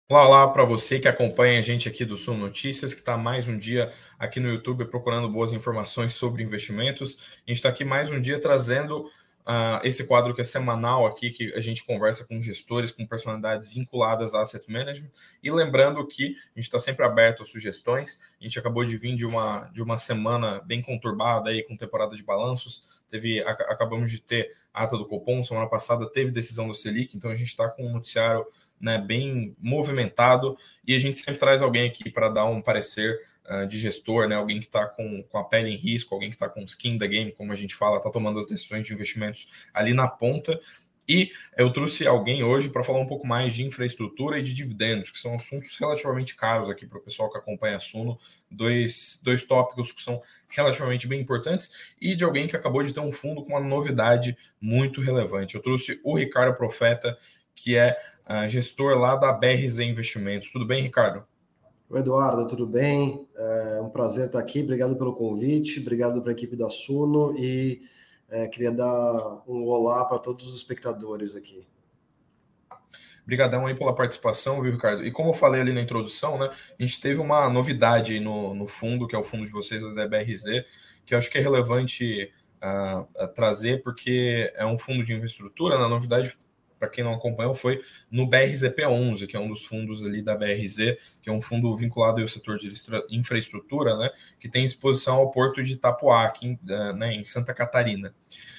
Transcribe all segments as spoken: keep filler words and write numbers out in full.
Olá, olá para você que acompanha a gente aqui do Suno Notícias, que está mais um dia aqui no YouTube procurando boas informações sobre investimentos. A gente está aqui mais um dia trazendo uh, esse quadro que é semanal aqui, que a gente conversa com gestores, com personalidades vinculadas a Asset Management. E lembrando que a gente está sempre aberto a sugestões. A gente acabou de vir de uma, de uma semana bem conturbada aí, com temporada de balanços. Teve, acabamos de ter a ata do Copom, semana passada teve decisão do Selic, então a gente está com um noticiário, né, bem movimentado, e a gente sempre traz alguém aqui para dar um parecer uh, de gestor, né, alguém que está com, com a pele em risco, alguém que está com skin in the game, como a gente fala, está tomando as decisões de investimentos ali na ponta. E eu trouxe alguém hoje para falar um pouco mais de infraestrutura e de dividendos, que são assuntos relativamente caros aqui para o pessoal que acompanha a Suno, dois, dois tópicos que são relativamente bem importantes, e de alguém que acabou de ter um fundo com uma novidade muito relevante. Eu trouxe o Ricardo Profeta, que é uh, gestor lá da B R Z Investimentos. Tudo bem, Ricardo? Oi, Eduardo, tudo bem? É um prazer estar aqui, obrigado pelo convite, obrigado para a equipe da Suno e é, queria dar um olá para todos os espectadores aqui. Obrigadão aí pela participação, viu, Ricardo? E como eu falei ali na introdução, né, a gente teve uma novidade aí no, no fundo, que é o fundo de vocês, da B R Z, que eu acho que é relevante uh, uh, trazer, porque é um fundo de infraestrutura, na novidade, para quem não acompanhou, foi no B R Z P onze, que é um dos fundos ali da B R Z, que é um fundo vinculado ao setor de infraestrutura, né, que tem exposição ao porto de Itapuá, aqui, uh, né, em Santa Catarina.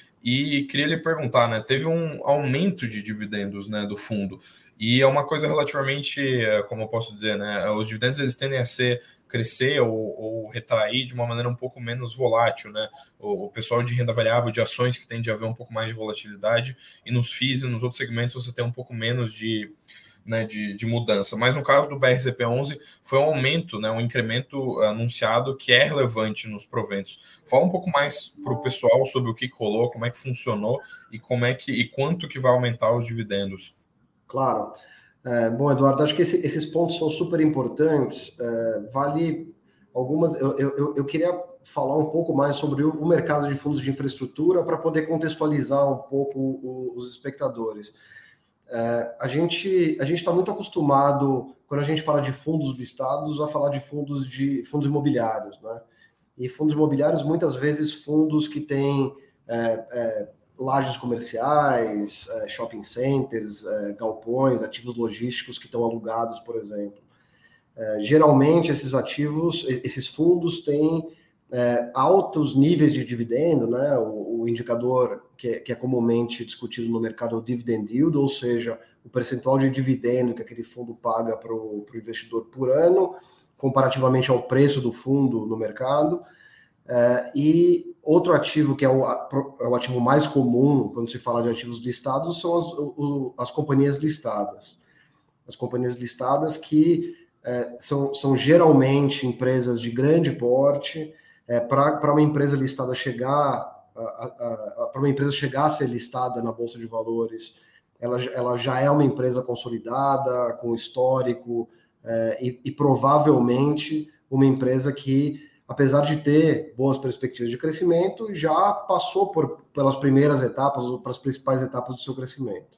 E queria lhe perguntar, né, teve um aumento de dividendos, né, do fundo, e é uma coisa relativamente, como eu posso dizer, né, os dividendos eles tendem a ser crescer ou, ou retrair de uma maneira um pouco menos volátil, né? O, o pessoal de renda variável, de ações, que tende a haver um pouco mais de volatilidade, e nos F I Is e nos outros segmentos você tem um pouco menos de, né, de, de mudança. Mas no caso do B R Z P onze foi um aumento, né, um incremento anunciado que é relevante nos proventos. Fala um pouco mais para o pessoal sobre o que rolou, como é que funcionou e como é que e quanto que vai aumentar os dividendos. Claro. É, bom, Eduardo, acho que esse, esses pontos são super importantes. É, vale algumas. Eu, eu, eu queria falar um pouco mais sobre o mercado de fundos de infraestrutura para poder contextualizar um pouco o, os espectadores. É, a gente a gente está muito acostumado, quando a gente fala de fundos listados, a falar de fundos de fundos imobiliários, né? E fundos imobiliários, muitas vezes, fundos que têm é, é, lajes comerciais, é, shopping centers, é, galpões, ativos logísticos que estão alugados, por exemplo. É, geralmente, esses ativos, esses fundos têm é, altos níveis de dividendo, né? O, o indicador que é, que é comumente discutido no mercado é o dividend yield, ou seja, o percentual de dividendo que aquele fundo paga para o investidor por ano, comparativamente ao preço do fundo no mercado. É, e outro ativo que é o, é o ativo mais comum quando se fala de ativos listados são as, o, as companhias listadas. As companhias listadas que é, são, são geralmente empresas de grande porte. É, para uma empresa listada chegar, para uma empresa chegar a ser listada na Bolsa de Valores, ela, ela já é uma empresa consolidada, com histórico, é, e, e provavelmente uma empresa que, apesar de ter boas perspectivas de crescimento, já passou por, pelas primeiras etapas, ou pelas principais etapas do seu crescimento.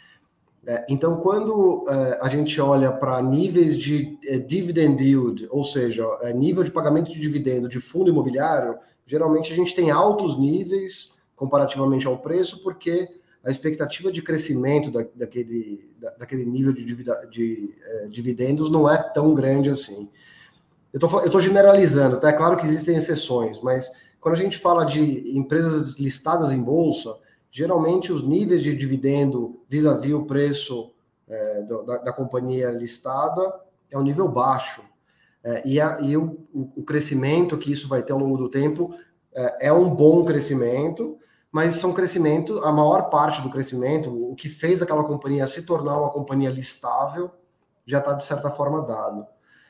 É, então, quando é, a gente olha para níveis de é, dividend yield, ou seja, é, nível de pagamento de dividendo de fundo imobiliário, geralmente a gente tem altos níveis comparativamente ao preço, porque a expectativa de crescimento da, daquele, da, daquele nível de, divida, de é, dividendos não é tão grande assim. Eu estou generalizando, tá? É claro que existem exceções, mas quando a gente fala de empresas listadas em bolsa, geralmente os níveis de dividendo vis-à-vis o preço é, do, da, da companhia listada é um nível baixo. É, e a, e o, o crescimento que isso vai ter ao longo do tempo é, é um bom crescimento, mas são crescimento, a maior parte do crescimento, o que fez aquela companhia se tornar uma companhia listável, já está de certa forma dado.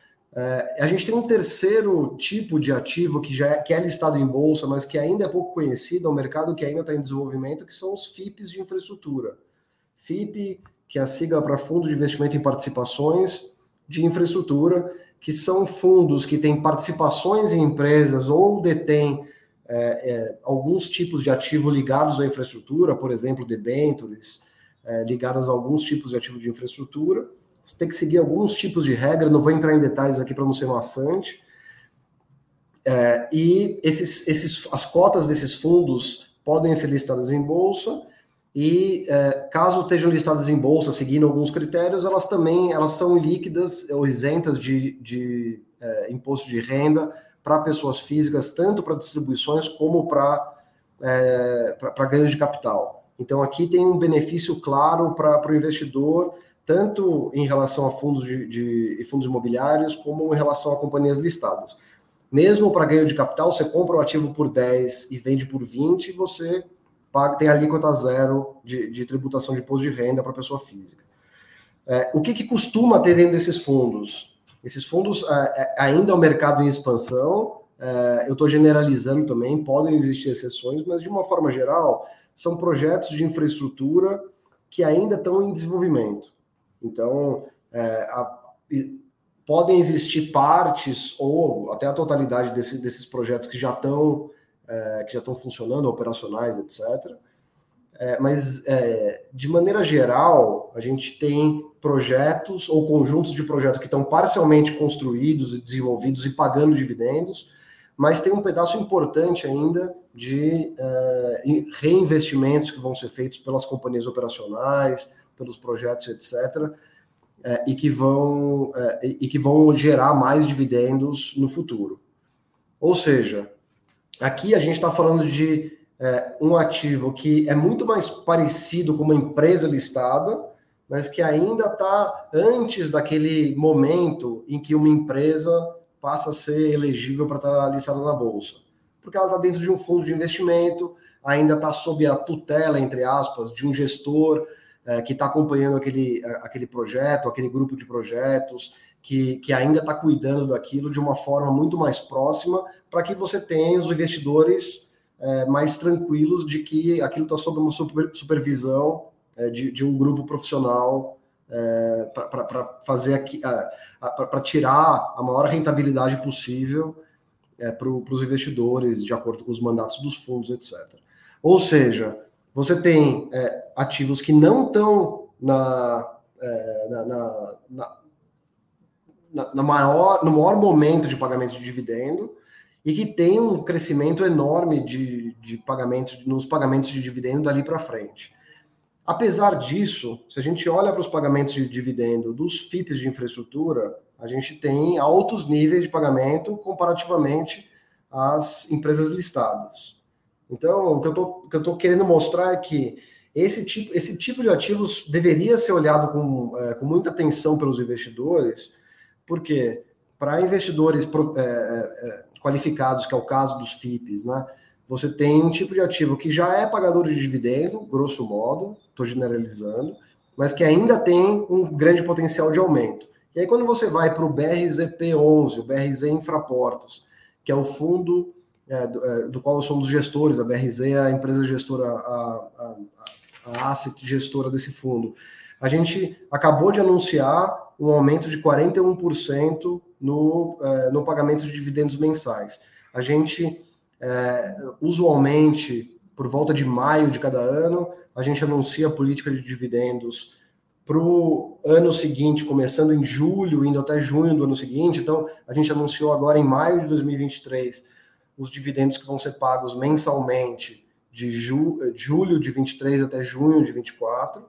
É, a gente tem um terceiro tipo de ativo que já é, que é listado em bolsa, mas que ainda é pouco conhecido, é um mercado que ainda está em desenvolvimento, que são os F I Ps de infraestrutura. F I P, que é a sigla para Fundo de Investimento em Participações de Infraestrutura, que são fundos que têm participações em empresas ou detêm é, é, alguns tipos de ativo ligados à infraestrutura, por exemplo, debêntures, é, ligadas a alguns tipos de ativo de infraestrutura, você tem que seguir alguns tipos de regra, não vou entrar em detalhes aqui para não ser maçante. É, e esses, esses, as cotas desses fundos podem ser listadas em bolsa, e é, caso estejam listadas em bolsa, seguindo alguns critérios, elas também elas são líquidas ou isentas de, de é, imposto de renda para pessoas físicas, tanto para distribuições como para é, para ganhos de capital. Então aqui tem um benefício claro para o investidor, tanto em relação a fundos de, de fundos imobiliários, como em relação a companhias listadas. Mesmo para ganho de capital, você compra o ativo por dez e vende por vinte, e você paga, tem alíquota zero de, de tributação de imposto de renda para pessoa física. É, o que, que costuma ter dentro desses fundos? Esses fundos é, ainda é um mercado em expansão, é, eu estou generalizando também, podem existir exceções, mas de uma forma geral, são projetos de infraestrutura que ainda estão em desenvolvimento. Então, é, a, podem existir partes ou até a totalidade desse, desses projetos que já estão é, que já estão funcionando, operacionais, etcétera. É, mas, é, de maneira geral, a gente tem projetos ou conjuntos de projetos que estão parcialmente construídos e desenvolvidos e pagando dividendos, mas tem um pedaço importante ainda de é, reinvestimentos que vão ser feitos pelas companhias operacionais, pelos projetos, etcétera, É, e, que vão, é, e que vão gerar mais dividendos no futuro. Ou seja, aqui a gente está falando de é, um ativo que é muito mais parecido com uma empresa listada, mas que ainda está antes daquele momento em que uma empresa passa a ser elegível para estar listada na Bolsa. Porque ela está dentro de um fundo de investimento, ainda está sob a tutela, entre aspas, de um gestor É, que está acompanhando aquele, aquele projeto, aquele grupo de projetos, que, que ainda está cuidando daquilo de uma forma muito mais próxima, para que você tenha os investidores é, mais tranquilos de que aquilo está sob uma super, supervisão é, de, de um grupo profissional é, para fazer aqui, para tirar a maior rentabilidade possível é, para os investidores, de acordo com os mandatos dos fundos, etcétera. Ou seja, você tem é, ativos que não estão na, é, na, na, na, na maior, no maior momento de pagamento de dividendo e que tem um crescimento enorme de, de pagamentos, nos pagamentos de dividendo dali para frente. Apesar disso, se a gente olha para os pagamentos de dividendo dos F I Ps de infraestrutura, a gente tem altos níveis de pagamento comparativamente às empresas listadas. Então, o que eu estou querendo mostrar é que esse tipo, esse tipo de ativos deveria ser olhado com, é, com muita atenção pelos investidores, porque para investidores é, é, qualificados, que é o caso dos F I Ps, né, você tem um tipo de ativo que já é pagador de dividendo, grosso modo, estou generalizando, mas que ainda tem um grande potencial de aumento. E aí, quando você vai para o B R Z P onze, o B R Z Infraportos, que é o fundo... É, do, é, do qual somos gestores, a B R Z é a empresa gestora, a, a, a asset gestora desse fundo. A gente acabou de anunciar um aumento de quarenta e um por cento no, é, no pagamento de dividendos mensais. A gente, é, usualmente, por volta de maio de cada ano, a gente anuncia a política de dividendos para o ano seguinte, começando em julho, indo até junho do ano seguinte. Então, a gente anunciou agora em maio de dois mil e vinte e três os dividendos que vão ser pagos mensalmente de ju- julho de vinte e três até junho de vinte e quatro,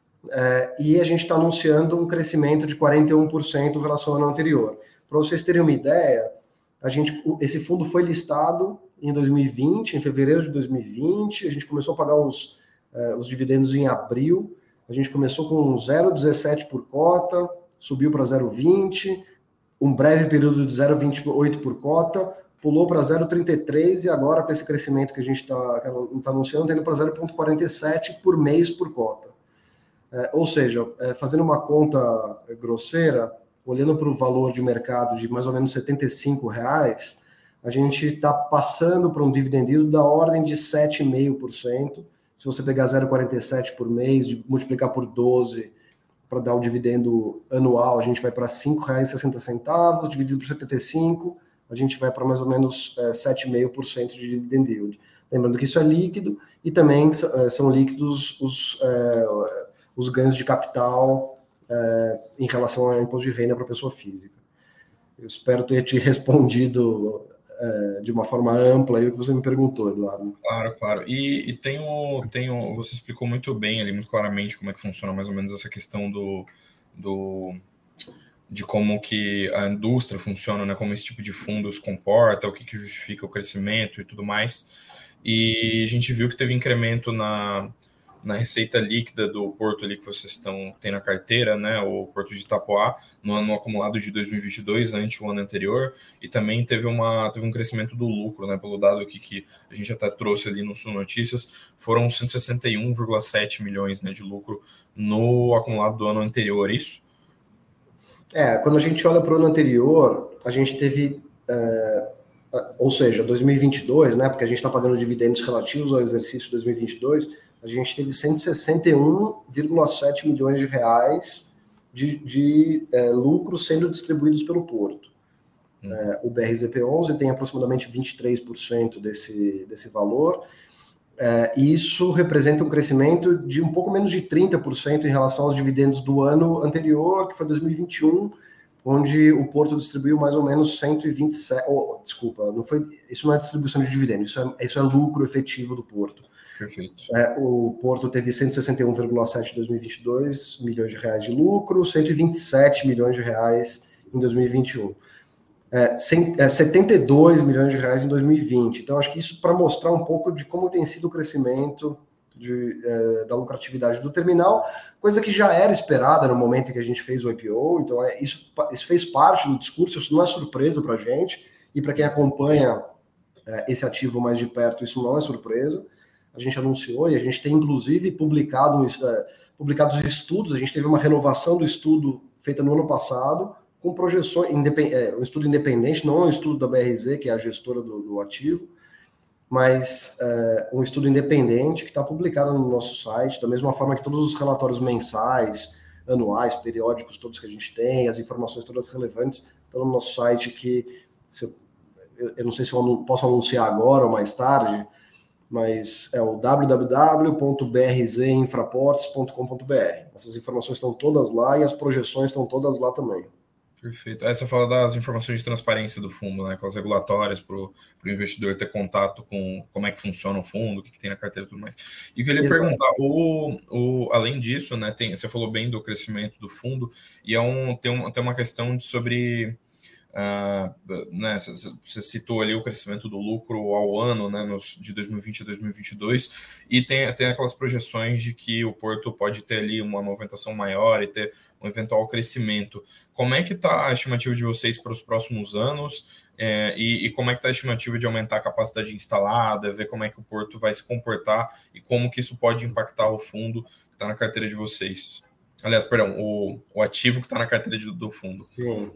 é, e a gente está anunciando um crescimento de quarenta e um por cento em relação ao ano anterior. Para vocês terem uma ideia, a gente, esse fundo foi listado em dois mil e vinte, em fevereiro de dois mil e vinte, a gente começou a pagar os, é, os dividendos em abril, a gente começou com zero vírgula dezessete por cota, subiu para zero vírgula vinte, um breve período de zero vírgula vinte e oito por cota, pulou para zero vírgula trinta e três e agora, com esse crescimento que a gente está tá anunciando, está indo para zero vírgula quarenta e sete por mês por cota. É, ou seja, é, fazendo uma conta grosseira, olhando para o valor de mercado de mais ou menos setenta e cinco reais, a gente está passando para um dividend yield da ordem de sete vírgula cinco por cento. Se você pegar zero vírgula quarenta e sete por mês, multiplicar por doze para dar o dividendo anual, a gente vai para cinco reais e sessenta centavos, dividido por setenta e cinco, a gente vai para mais ou menos é, sete vírgula cinco por cento de dividend yield. Lembrando que isso é líquido e também é, são líquidos os, é, os ganhos de capital é, em relação ao imposto de renda para pessoa física. Eu espero ter te respondido é, de uma forma ampla aí o que você me perguntou, Eduardo. Claro, claro. E, e tem o, tem o, você explicou muito bem ali, muito claramente como é que funciona mais ou menos essa questão do, do de como que a indústria funciona, né, como esse tipo de fundo se comporta, o que, que justifica o crescimento e tudo mais. E a gente viu que teve incremento na, na receita líquida do porto ali que vocês estão têm na carteira, né, o porto de Itapoá, no ano acumulado de dois mil e vinte e dois, ante o ano anterior, e também teve, uma, teve um crescimento do lucro, né, pelo dado aqui que a gente até trouxe ali no Sul Notícias, foram cento e sessenta e um vírgula sete milhões, né, de lucro no acumulado do ano anterior, isso? É, quando a gente olha para o ano anterior, a gente teve, é, ou seja, dois mil e vinte e dois, né, porque a gente está pagando dividendos relativos ao exercício de dois mil e vinte e dois, a gente teve cento e sessenta e um vírgula sete milhões de reais de, de é, lucros sendo distribuídos pelo Porto. Hum. É, o B R Z P onze tem aproximadamente vinte e três por cento desse, desse valor, é, e isso representa um crescimento de um pouco menos de trinta por cento em relação aos dividendos do ano anterior, que foi dois mil e vinte e um, onde o Porto distribuiu mais ou menos cento e vinte e sete... Oh, desculpa, não foi, isso não é distribuição de dividendos, isso é, isso é lucro efetivo do Porto. Perfeito. É, o Porto teve cento e sessenta e um vírgula sete em dois mil e vinte e dois milhões de reais de lucro, cento e vinte e sete milhões de reais em dois mil e vinte e um. É, setenta e dois milhões de reais em dois mil e vinte. Então, acho que isso para mostrar um pouco de como tem sido o crescimento de, é, da lucratividade do terminal, coisa que já era esperada no momento em que a gente fez o I P O. Então, é, isso, isso fez parte do discurso, isso não é surpresa para a gente, e para quem acompanha é, esse ativo mais de perto, isso não é surpresa. A gente anunciou e a gente tem, inclusive, publicado, um, é, publicado os estudos. A gente teve uma renovação do estudo feita no ano passado, com projeções, é, um estudo independente, não é um estudo da B R Z, que é a gestora do, do ativo, mas é, um estudo independente que está publicado no nosso site, da mesma forma que todos os relatórios mensais, anuais, periódicos, todos que a gente tem, as informações todas relevantes estão no nosso site, que se, eu, eu não sei se eu posso anunciar agora ou mais tarde, mas é o w w w ponto b r z infraports ponto com ponto b r. Essas informações estão todas lá e as projeções estão todas lá também. Perfeito. Aí você fala das informações de transparência do fundo, né? Aquelas regulatórias para o investidor ter contato com como é que funciona o fundo, o que, que tem na carteira e tudo mais. E eu queria Exato. perguntar, o, o, além disso, né, tem, você falou bem do crescimento do fundo, e é um, tem, um, tem uma questão de, sobre... Uh, né, você citou ali o crescimento do lucro ao ano, né, nos, de dois mil e vinte a dois mil e vinte e dois, e tem, tem aquelas projeções de que o Porto pode ter ali uma movimentação maior e ter um eventual crescimento. Como é que está a estimativa de vocês para os próximos anos é, e, e como é que está a estimativa de aumentar a capacidade instalada, ver como é que o Porto vai se comportar e como que isso pode impactar o fundo que está na carteira de vocês? Aliás, perdão, o, o ativo que está na carteira de, do fundo. Sim.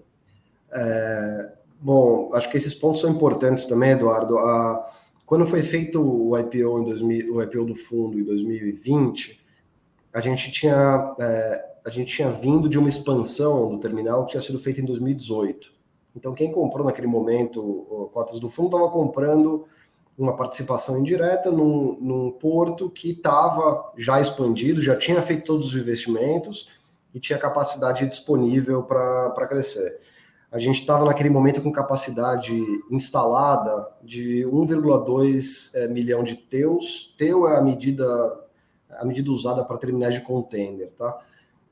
É, bom, acho que esses pontos são importantes também, Eduardo. A, quando foi feito o I P O em dois mil, o I P O do fundo em dois mil e vinte, a gente tinha é, a gente tinha vindo de uma expansão do terminal que tinha sido feita em dois mil e dezoito. Então, quem comprou naquele momento cotas do fundo estava comprando uma participação indireta num, num porto que estava já expandido, já tinha feito todos os investimentos e tinha capacidade disponível para crescer. A gente estava naquele momento com capacidade instalada de um vírgula dois é, milhão de teus. Teu é a medida, a medida usada para terminais de container, tá?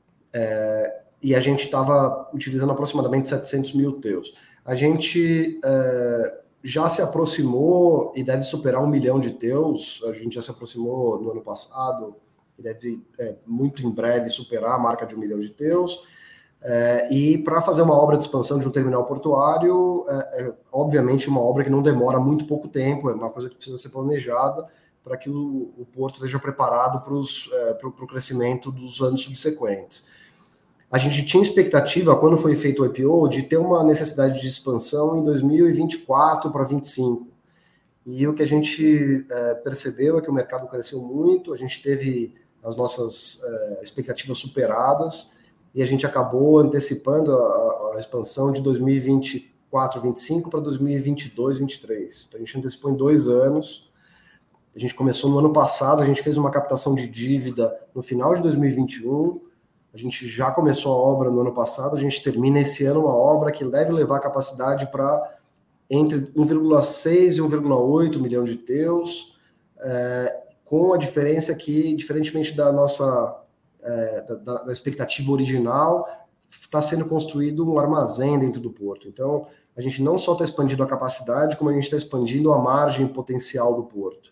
É, e a gente estava utilizando aproximadamente setecentos mil teus. A gente é, já se aproximou e deve superar um milhão de teus. A gente já se aproximou no ano passado e deve é, muito em breve superar a marca de um milhão de teus. É, e para fazer uma obra de expansão de um terminal portuário, é, é obviamente uma obra que não demora muito pouco tempo, é uma coisa que precisa ser planejada para que o, o porto esteja preparado para é, o crescimento dos anos subsequentes. A gente tinha expectativa, quando foi feito o I P O, de ter uma necessidade de expansão em dois mil e vinte e quatro para vinte e cinco. E o que a gente é, percebeu é que o mercado cresceu muito, a gente teve as nossas é, expectativas superadas, e a gente acabou antecipando a, a expansão de dois mil e vinte e quatro, vinte e cinco para dois mil e vinte e dois, vinte e três. Então a gente antecipou em dois anos. A gente começou no ano passado, a gente fez uma captação de dívida no final de dois mil e vinte e um, a A gente já começou a obra no ano passado, a gente termina esse ano uma obra que deve levar a capacidade para entre um vírgula seis e um vírgula oito milhão de teus, é, com a diferença que, diferentemente da nossa é, da, da expectativa original, está sendo construído um armazém dentro do porto. Então, a gente não só está expandindo a capacidade, como a gente está expandindo a margem potencial do porto.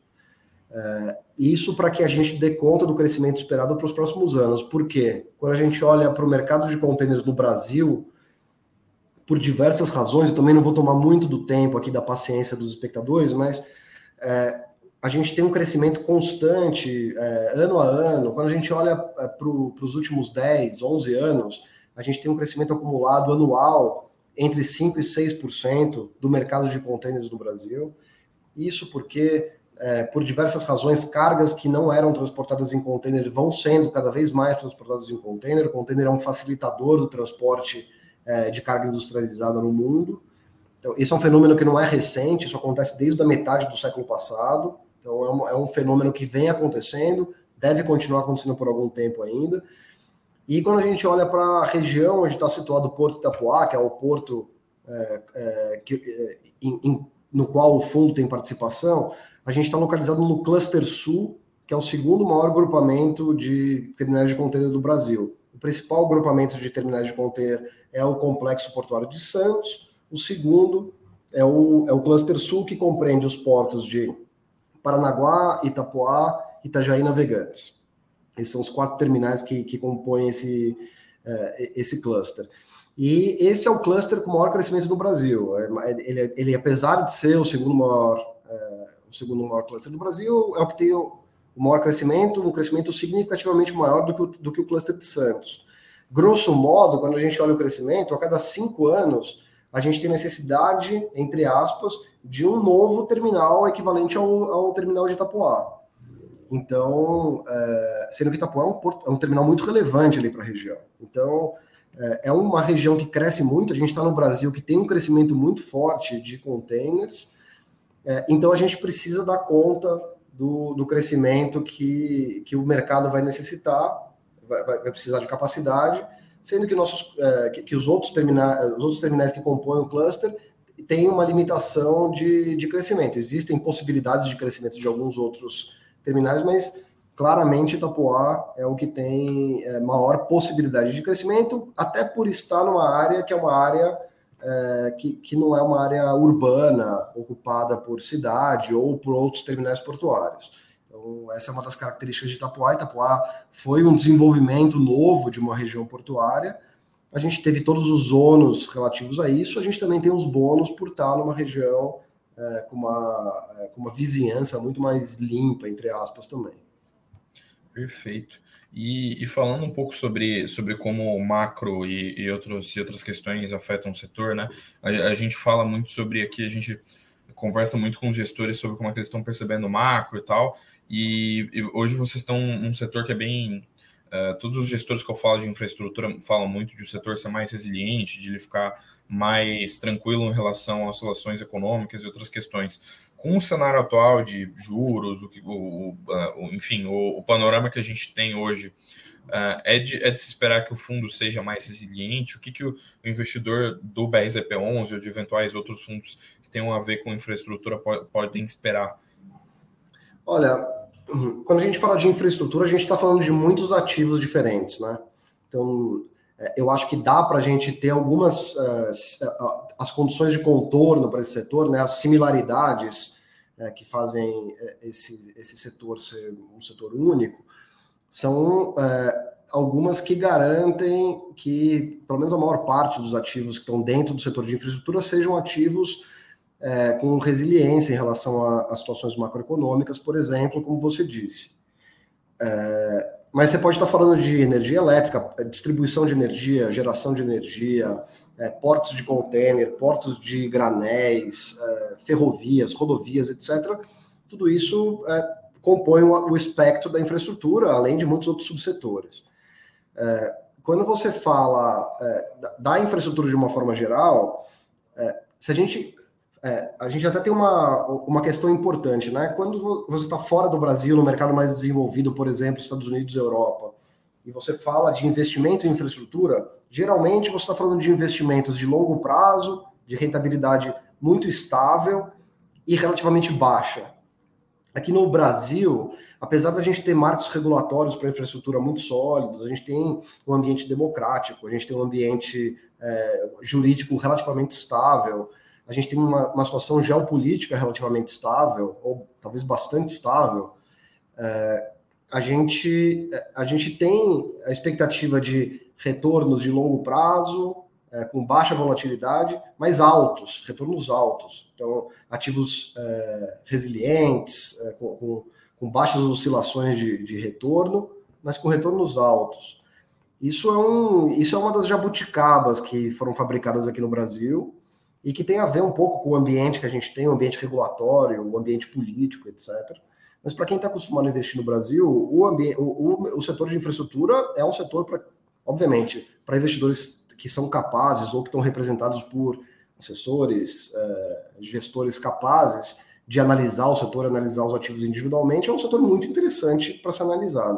É, isso para que a gente dê conta do crescimento esperado para os próximos anos. Por quê? Quando a gente olha para o mercado de contêineres no Brasil, por diversas razões, eu também não vou tomar muito do tempo aqui da paciência dos espectadores, mas é, a gente tem um crescimento constante, é, ano a ano. Quando a gente olha é, para os últimos dez, onze anos, a gente tem um crescimento acumulado anual entre cinco por cento e seis por cento do mercado de contêineres no Brasil. Isso porque, é, por diversas razões, cargas que não eram transportadas em contêiner vão sendo cada vez mais transportadas em contêiner. O contêiner é um facilitador do transporte de carga industrializada no mundo. Então, esse é um fenômeno que não é recente, isso acontece desde a metade do século passado. Então, é um, é um fenômeno que vem acontecendo, deve continuar acontecendo por algum tempo ainda. E quando a gente olha para a região onde está situado o Porto Itapoá, que é o porto é, é, que, é, em, em, no qual o fundo tem participação, a gente está localizado no Cluster Sul, que é o segundo maior grupamento de terminais de contêiner do Brasil. O principal grupamento de terminais de contêiner é o Complexo Portuário de Santos. O segundo é o, é o Cluster Sul, que compreende os portos de Paranaguá, Itapoá, Itajaí e Navegantes. Esses são os quatro terminais que, que compõem esse, uh, esse cluster. E esse é o cluster com o maior crescimento do Brasil. Ele, ele apesar de ser o segundo maior, uh, o segundo maior cluster do Brasil, é o que tem o o maior crescimento, um crescimento significativamente maior do que, o, do que o cluster de Santos. Grosso modo, quando a gente olha o crescimento, a cada cinco anos, a gente tem necessidade, entre aspas, de um novo terminal equivalente ao, ao terminal de Itapoá. Então, é, sendo que Itapoá é um, porto, é um terminal muito relevante ali para a região. Então, é, é uma região que cresce muito, a gente está no Brasil que tem um crescimento muito forte de containers, é, então a gente precisa dar conta Do, do crescimento que, que o mercado vai necessitar, vai, vai precisar de capacidade, sendo que, nossos, é, que, que os, outros terminais, os outros terminais que compõem o cluster têm uma limitação de, de crescimento. Existem possibilidades de crescimento de alguns outros terminais, mas claramente Itapoá é o que tem é, maior possibilidade de crescimento, até por estar numa área que é uma área É, que, que não é uma área urbana, ocupada por cidade ou por outros terminais portuários. Então, essa é uma das características de Itapoá. Itapoá foi um desenvolvimento novo de uma região portuária. A gente teve todos os ônus relativos a isso, a gente também tem os bônus por estar numa região é, com, uma, é, com uma vizinhança muito mais limpa, entre aspas, também. Perfeito. E, e falando um pouco sobre, sobre como o macro e, e, outros, e outras questões afetam o setor, né? A, a gente fala muito sobre aqui, a gente conversa muito com os gestores sobre como é que eles estão percebendo o macro e tal, e, e hoje vocês estão num setor que é bem... Uh, todos os gestores que eu falo de infraestrutura falam muito de o setor ser mais resiliente, de ele ficar mais tranquilo em relação às oscilações econômicas e outras questões. Com o cenário atual de juros, o, o, o, enfim, o, o panorama que a gente tem hoje, uh, é, de, é de se esperar que o fundo seja mais resiliente? O que, que o, o investidor do B R Z P onze ou de eventuais outros fundos que tenham a ver com infraestrutura pode, podem esperar? Olha, quando a gente fala de infraestrutura, a gente está falando de muitos ativos diferentes, né? Então, eu acho que dá para a gente ter algumas uh, as condições de contorno para esse setor, né? As similaridades uh, que fazem esse, esse setor ser um setor único, são uh, algumas que garantem que, pelo menos a maior parte dos ativos que estão dentro do setor de infraestrutura sejam ativos É, com resiliência em relação a, a situações macroeconômicas, por exemplo, como você disse. É, mas você pode estar falando de energia elétrica, distribuição de energia, geração de energia, é, portos de contêiner, portos de granéis, é, ferrovias, rodovias, etcétera. Tudo isso é, compõe o, o espectro da infraestrutura, além de muitos outros subsetores. É, quando você fala é, da infraestrutura de uma forma geral, é, se a gente... É, a gente até tem uma, uma questão importante, né? Quando você está fora do Brasil, no mercado mais desenvolvido, por exemplo, Estados Unidos e Europa, e você fala de investimento em infraestrutura, geralmente você está falando de investimentos de longo prazo, de rentabilidade muito estável e relativamente baixa. Aqui no Brasil, apesar da gente ter marcos regulatórios para infraestrutura muito sólidos, a gente tem um ambiente democrático, a gente tem um ambiente é, jurídico relativamente estável, a gente tem uma, uma situação geopolítica relativamente estável, ou talvez bastante estável, é, a, gente, a gente tem a expectativa de retornos de longo prazo, É, com baixa volatilidade, mas altos, retornos altos. Então, ativos é, resilientes, é, com, com, com baixas oscilações de, de retorno, mas com retornos altos. Isso é, um, isso é uma das jabuticabas que foram fabricadas aqui no Brasil e que tem a ver um pouco com o ambiente que a gente tem, o ambiente regulatório, o ambiente político, etcétera. Mas para quem está acostumado a investir no Brasil, o, ambi- o, o, o setor de infraestrutura é um setor, pra, obviamente, para investidores que são capazes ou que estão representados por assessores, eh, gestores capazes de analisar o setor, analisar os ativos individualmente, é um setor muito interessante para ser analisado.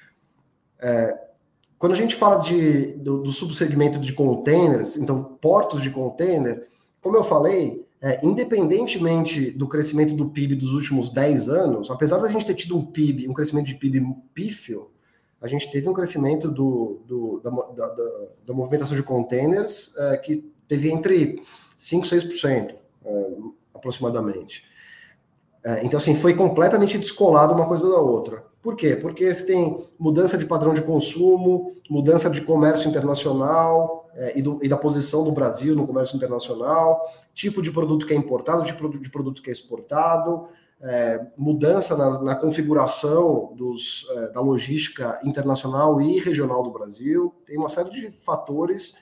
É, quando a gente fala de, do, do subsegmento de containers, então portos de container, como eu falei, é, independentemente do crescimento do P I B dos últimos dez anos, apesar da gente ter tido um P I B, um crescimento de P I B pífio, a gente teve um crescimento do, do, da, da, da, da movimentação de containers é, que teve entre cinco por cento e seis por cento, é, aproximadamente. É, então, assim, foi completamente descolado uma coisa da outra. Por quê? Porque você tem mudança de padrão de consumo, mudança de comércio internacional é, e, do, e da posição do Brasil no comércio internacional, tipo de produto que é importado, tipo de produto que é exportado, É, mudança na, na configuração dos, é, da logística internacional e regional do Brasil, tem uma série de fatores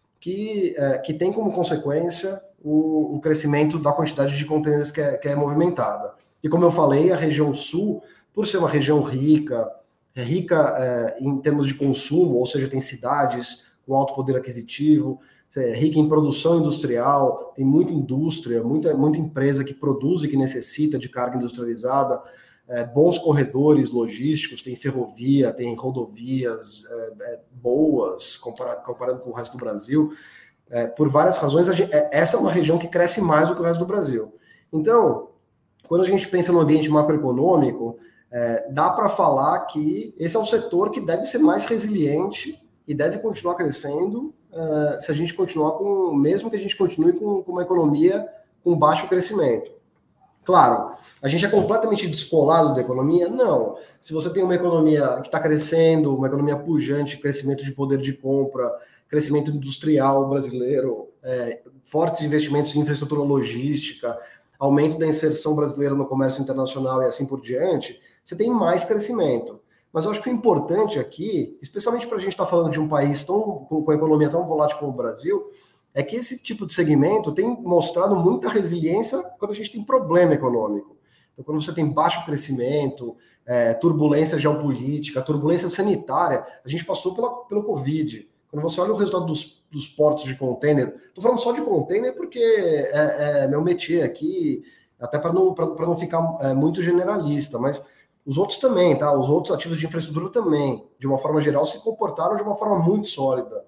que, é, que tem como consequência o, o crescimento da quantidade de contêineres que é, que é movimentada. E como eu falei, a região sul, por ser uma região rica, é rica é, em termos de consumo, ou seja, tem cidades com alto poder aquisitivo, é rica em produção industrial, tem muita indústria, muita, muita empresa que produz e que necessita de carga industrializada, é, bons corredores logísticos, tem ferrovia, tem rodovias é, é, boas, comparado, comparando com o resto do Brasil. É, por várias razões, a gente, é, essa é uma região que cresce mais do que o resto do Brasil. Então, quando a gente pensa no ambiente macroeconômico, é, dá para falar que esse é um setor que deve ser mais resiliente e deve continuar crescendo uh, se a gente continuar com, mesmo que a gente continue com, com uma economia com baixo crescimento. Claro, a gente é completamente descolado da economia? Não. Se você tem uma economia que está crescendo, uma economia pujante, crescimento de poder de compra, crescimento industrial brasileiro, é, fortes investimentos em infraestrutura logística, aumento da inserção brasileira no comércio internacional e assim por diante, você tem mais crescimento. Mas eu acho que o importante aqui, especialmente para a gente estar tá falando de um país tão, com, com a economia tão volátil como o Brasil, é que esse tipo de segmento tem mostrado muita resiliência quando a gente tem problema econômico. Então, quando você tem baixo crescimento, é, turbulência geopolítica, turbulência sanitária, a gente passou pela, pelo Covid. Quando você olha o resultado dos, dos portos de container, estou falando só de container porque é, é meu métier aqui, até para não, não ficar é, muito generalista, mas os outros também, tá? Os outros ativos de infraestrutura também, de uma forma geral, se comportaram de uma forma muito sólida.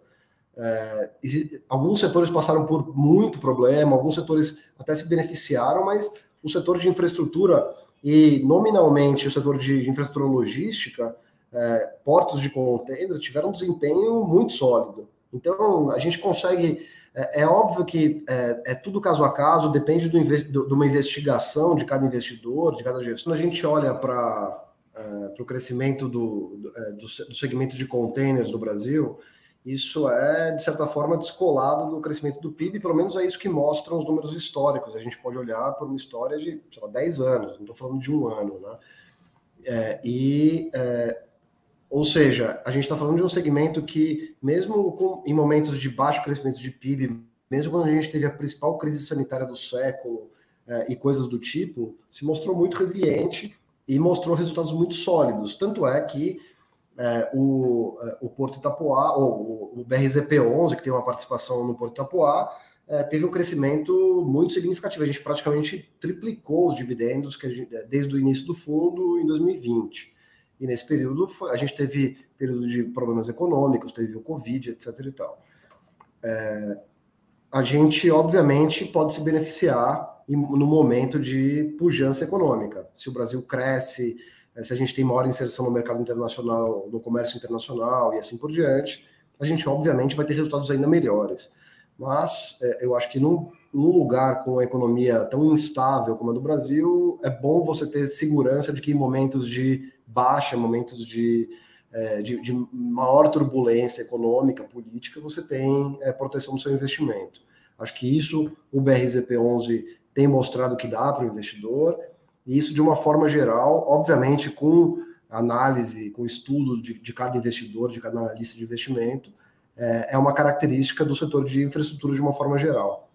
É, alguns setores passaram por muito problema, alguns setores até se beneficiaram, mas o setor de infraestrutura e nominalmente o setor de infraestrutura logística, é, portos de container, tiveram um desempenho muito sólido. Então a gente consegue, é, é óbvio que é, é tudo caso a caso, depende do, do, de uma investigação de cada investidor, de cada gestor. Quando a gente olha para é, o crescimento do, do, do, do segmento de containers no Brasil, isso é, de certa forma, descolado do crescimento do P I B, pelo menos é isso que mostram os números históricos. A gente pode olhar por uma história de, sei lá, dez anos, não estou falando de um ano, né? É, e, é, ou seja, a gente está falando de um segmento que, mesmo com, em momentos de baixo crescimento de P I B, mesmo quando a gente teve a principal crise sanitária do século é, e coisas do tipo, se mostrou muito resiliente e mostrou resultados muito sólidos. Tanto é que É, o, o Porto Itapoá, ou o B R Z P onze, que tem uma participação no Porto Itapoá, é, teve um crescimento muito significativo. A gente praticamente triplicou os dividendos que a gente, desde o início do fundo em dois mil e vinte. e nesse período foi, a gente teve período de problemas econômicos, teve o Covid, etc e tal. É, a gente, obviamente, pode se beneficiar no momento de pujança econômica. Se o Brasil cresce, se a gente tem maior inserção no mercado internacional, no comércio internacional e assim por diante, a gente, obviamente, vai ter resultados ainda melhores. Mas é, eu acho que num, num lugar com uma economia tão instável como a do Brasil, é bom você ter segurança de que em momentos de baixa, momentos de, é, de, de maior turbulência econômica, política, você tem é, proteção do seu investimento. Acho que isso o B R Z P onze tem mostrado que dá para o investidor, e isso de uma forma geral, obviamente com análise, com estudo de, de cada investidor, de cada analista de investimento, é uma característica do setor de infraestrutura de uma forma geral.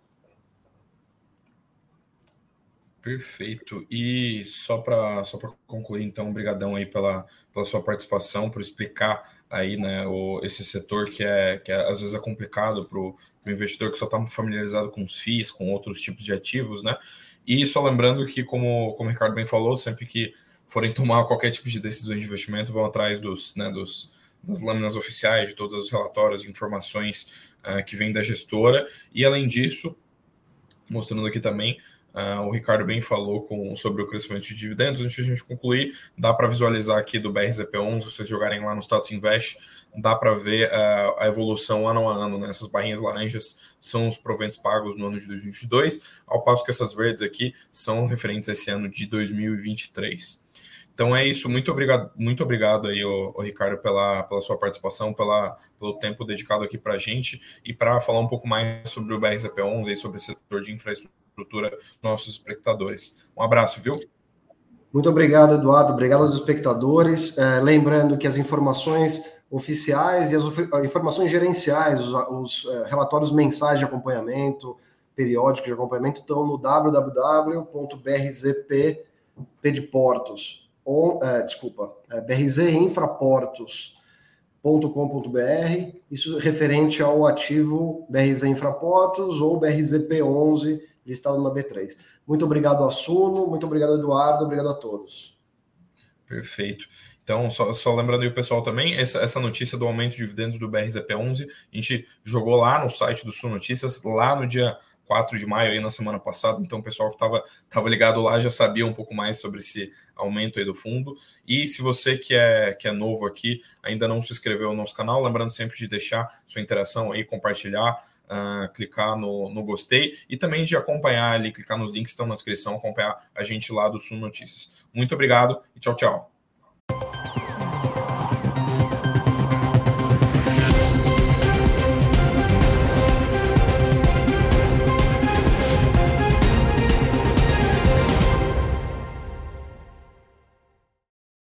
Perfeito. E só para só para concluir, então, obrigadão aí pela, pela sua participação, por explicar aí, né, o, esse setor que é, que é, às vezes é complicado para o investidor que só está familiarizado com os F I Is, com outros tipos de ativos, né? E só lembrando que, como, como o Ricardo bem falou, sempre que forem tomar qualquer tipo de decisão de investimento, vão atrás dos, né, dos das lâminas oficiais, de todos os relatórios e informações uh, que vêm da gestora. E, além disso, mostrando aqui também, uh, o Ricardo bem falou com, sobre o crescimento de dividendos. Antes de a gente concluir, dá para visualizar aqui do B R Z P onze, se vocês jogarem lá no Status Invest, dá para ver uh, a evolução ano a ano, né? Essas barrinhas laranjas são os proventos pagos no ano de dois mil e vinte e dois, ao passo que essas verdes aqui são referentes a esse ano de dois mil e vinte e três. Então é isso, muito obrigado, muito obrigado aí, o, o Ricardo, pela, pela sua participação, pela, pelo tempo dedicado aqui para a gente e para falar um pouco mais sobre o B R Z P onze e sobre esse setor de infraestrutura dos nossos espectadores. Um abraço, viu? Muito obrigado, Eduardo. Obrigado aos espectadores. É, lembrando que as informações oficiais e as informações gerenciais, os, os é, relatórios mensais de acompanhamento, periódicos de acompanhamento, estão no w w w ponto b r z p p de Portos On, é, desculpa, é, b r z infraportos ponto com ponto b r, isso referente ao ativo B R Z Infraportos ou B R Z P onze listado na B três. Muito obrigado, Assuno, muito obrigado, Eduardo, obrigado a todos. Perfeito. Então, só, só lembrando aí o pessoal também, essa, essa notícia do aumento de dividendos do B R Z P onze, a gente jogou lá no site do Sul Notícias, lá no dia quatro de maio, aí na semana passada, então o pessoal que estava tava ligado lá já sabia um pouco mais sobre esse aumento aí do fundo. E se você que é, que é novo aqui, ainda não se inscreveu no nosso canal, lembrando sempre de deixar sua interação aí, compartilhar, uh, clicar no, no gostei e também de acompanhar ali, clicar nos links que estão na descrição, acompanhar a gente lá do Sul Notícias. Muito obrigado e tchau, tchau.